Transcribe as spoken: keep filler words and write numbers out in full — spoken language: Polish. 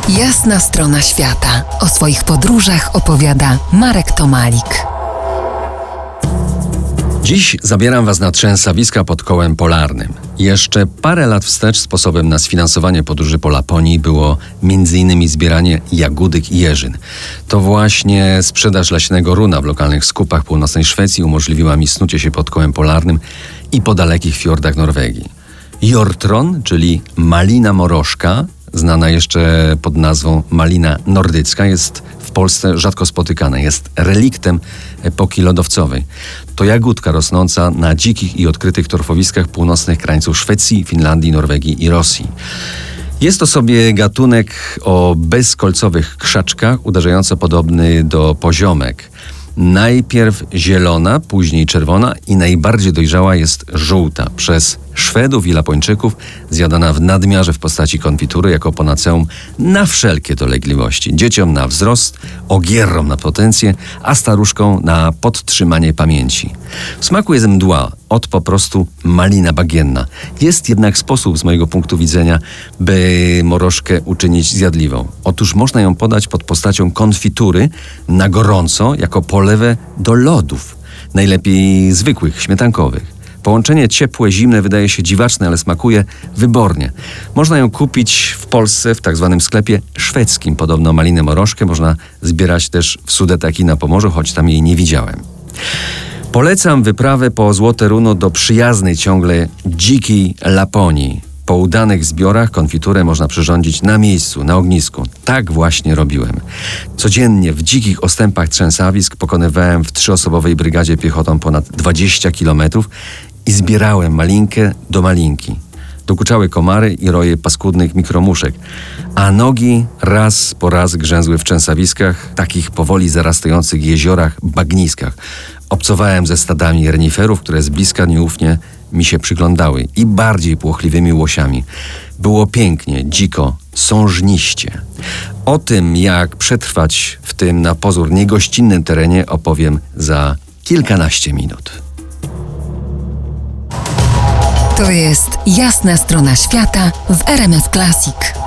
Jasna strona świata. O swoich podróżach opowiada Marek Tomalik. Dziś zabieram Was na trzęsawiska pod kołem polarnym. Jeszcze parę lat wstecz sposobem na sfinansowanie podróży po Laponii było między innymi zbieranie jagódek i jeżyn. To właśnie sprzedaż leśnego runa w lokalnych skupach północnej Szwecji umożliwiła mi snucie się pod kołem polarnym i po dalekich fiordach Norwegii. Hjortron, czyli malina morożka, znana jeszcze pod nazwą malina nordycka, jest w Polsce rzadko spotykana. Jest reliktem epoki lodowcowej. To jagódka rosnąca na dzikich i odkrytych torfowiskach północnych krańców Szwecji, Finlandii, Norwegii i Rosji. Jest to sobie gatunek o bezkolcowych krzaczkach, uderzająco podobny do poziomek. Najpierw zielona, później czerwona i najbardziej dojrzała jest żółta. Przez Szwedów i Lapończyków zjadana w nadmiarze w postaci konfitury jako panaceum na wszelkie dolegliwości. Dzieciom na wzrost, ogierrom na potencję, a staruszkom na podtrzymanie pamięci. W smaku jest mdła, od po prostu malina bagienna. Jest jednak sposób z mojego punktu widzenia, by morożkę uczynić zjadliwą. Otóż można ją podać pod postacią konfitury na gorąco jako polewę do lodów. Najlepiej zwykłych, śmietankowych. Połączenie ciepłe-zimne wydaje się dziwaczne, ale smakuje wybornie. Można ją kupić w Polsce w tak zwanym sklepie szwedzkim. Podobno malinę morożkę można zbierać też w Sudetach i na Pomorzu, choć tam jej nie widziałem. Polecam wyprawę po złote runo do przyjaznej ciągle dzikiej Laponii. Po udanych zbiorach konfiturę można przyrządzić na miejscu, na ognisku. Tak właśnie robiłem. Codziennie w dzikich ostępach trzęsawisk pokonywałem w trzyosobowej brygadzie piechotą ponad dwadzieścia kilometrów i zbierałem malinkę do malinki. Dokuczały komary i roje paskudnych mikromuszek, a nogi raz po raz grzęzły w trzęsawiskach, takich powoli zarastających jeziorach, bagniskach. Obcowałem ze stadami reniferów, które z bliska nieufnie mi się przyglądały i bardziej płochliwymi łosiami. Było pięknie, dziko, sążniście. O tym, jak przetrwać w tym na pozór niegościnnym terenie, opowiem za kilkanaście minut. To jest Jasna strona świata w R M F Classic.